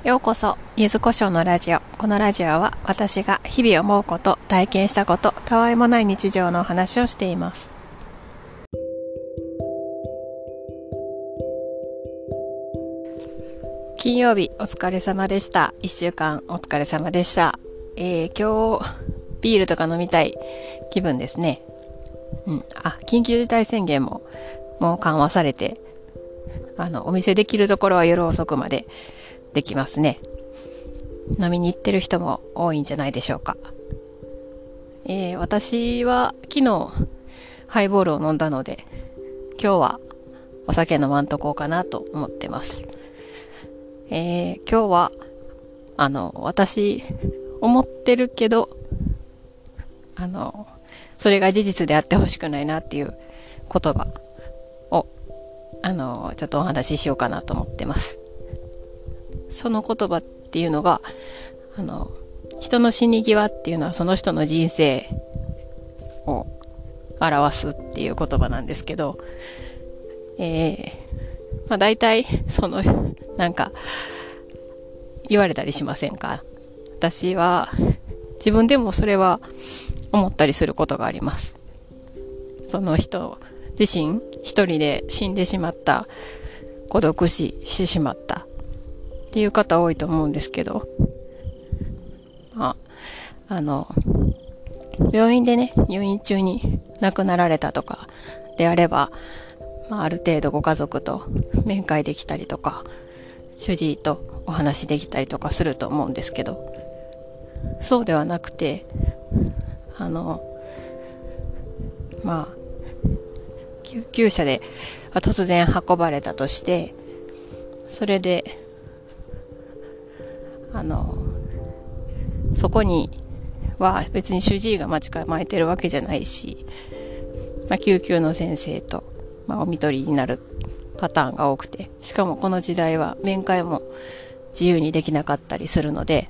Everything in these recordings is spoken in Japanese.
ようこそ、ゆずこしょうのラジオ。このラジオは私が日々思うこと、体験したこと、たわいもない日常のお話をしています。金曜日お疲れ様でした。1週間お疲れ様でした。今日ビールとか飲みたい気分ですね。緊急事態宣言もう緩和されて、お店できるところは夜遅くまでできますね。飲みに行ってる人も多いんじゃないでしょうか。私は昨日ハイボールを飲んだので、今日はお酒飲まんとこうかなと思ってます。今日は私思ってるけどそれが事実であってほしくないなっていう言葉をちょっとお話ししようかなと思ってます。その言葉っていうのが人の死に際っていうのはその人の人生を表すっていう言葉なんですけど、大体なんか言われたりしませんか？私は自分でもそれは思ったりすることがあります。その人自身一人で死んでしまった、孤独死してしまったっていう方多いと思うんですけど、病院でね、入院中に亡くなられたとかであれば、ある程度ご家族と面会できたりとか、主治医とお話できたりとかすると思うんですけど、そうではなくて、救急車で突然運ばれたとして、それでそこには別に主治医が待ち構えてるわけじゃないし、救急の先生と、お見取りになるパターンが多くて、しかもこの時代は面会も自由にできなかったりするので、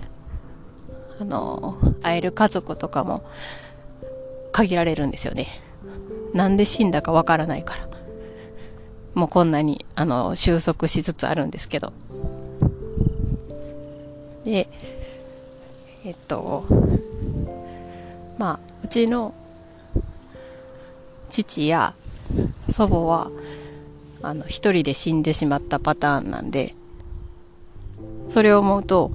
会える家族とかも限られるんですよね。なんで死んだかわからないから。もうこんなに収束しつつあるんですけど。で、うちの父や祖母は一人で死んでしまったパターンなんで、それを思うと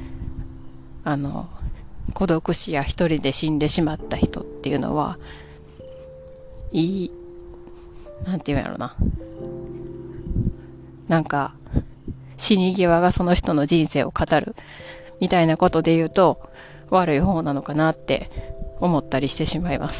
孤独死や一人で死んでしまった人っていうのはなんていうんやろな、なんか死に際がその人の人生を語るみたいなことで言うと悪い方なのかなって思ったりしてしまいます。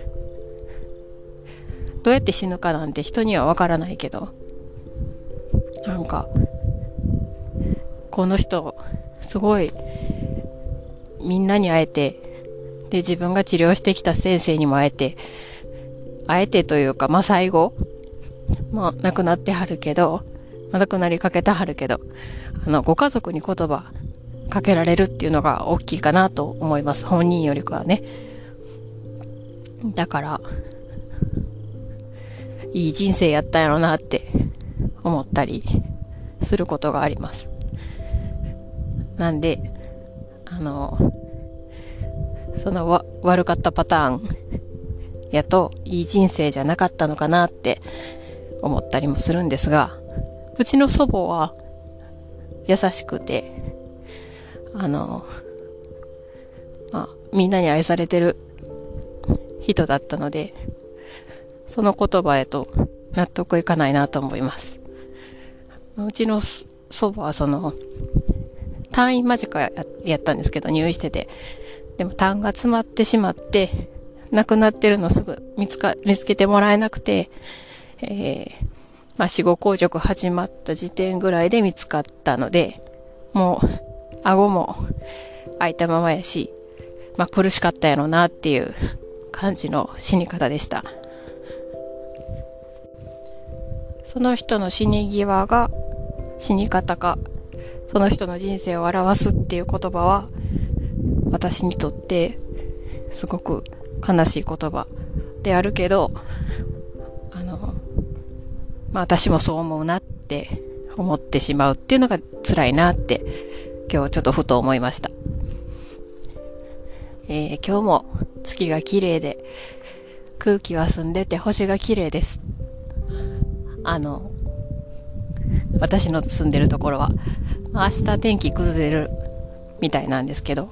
どうやって死ぬかなんて人にはわからないけど、なんかこの人すごいみんなに会えて、で自分が治療してきた先生にも会えてというか、最後もう亡くなってはるけど、亡くなりかけたはるけど、ご家族に言葉かけられるっていうのが大きいかなと思います。本人よりかはね。だからいい人生やったんやろなって思ったりすることがあります。なんでその悪かったパターンやといい人生じゃなかったのかなって思ったりもするんですが、うちの祖母は優しくてみんなに愛されてる人だったので、その言葉へと納得いかないなと思います。うちの祖母は退院間近やったんですけど、入院してて、でも痰が詰まってしまって亡くなってるのすぐ見つけてもらえなくて、死後硬直始まった時点ぐらいで見つかったので、もう顎も開いたままやし、苦しかったやろなっていう感じの死に方でした。その人の死に際が死に方か、その人の人生を表すっていう言葉は、私にとってすごく悲しい言葉であるけど、私もそう思うなって思ってしまうっていうのが辛いなって今日ちょっとふと思いました。今日も月が綺麗で空気は澄んでて星が綺麗です。私の住んでるところは明日天気崩れるみたいなんですけど、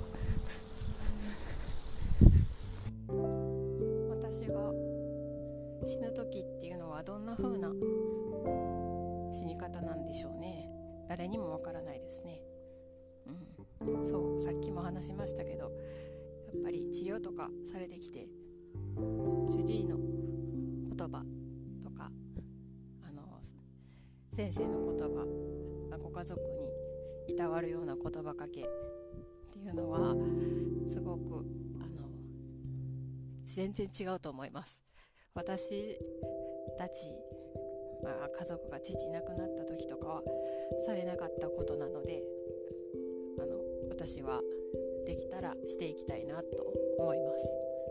私が死ぬ時っていうのはどんな風な死に方なんでしょうね。誰にもわからないですね。そう、さっきも話しましたけど、やっぱり治療とかされてきて主治医の言葉とか先生の言葉、ご家族にいたわるような言葉かけっていうのはすごく全然違うと思います。私たち、家族が父亡くなった時とかはされなかったことなので、私はできたらしていきたいなと思います。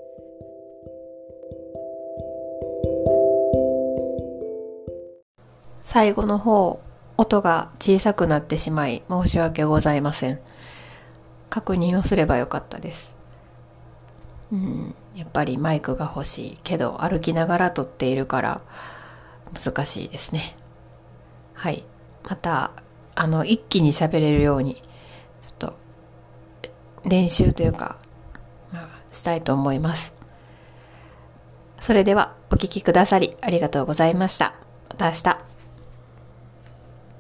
最後の方、音が小さくなってしまい申し訳ございません。確認をすればよかったです。やっぱりマイクが欲しいけど歩きながら撮っているから難しいですね。はい。また一気に喋れるようにちょっと練習というか、したいと思います。それではお聞きくださりありがとうございました。また明日。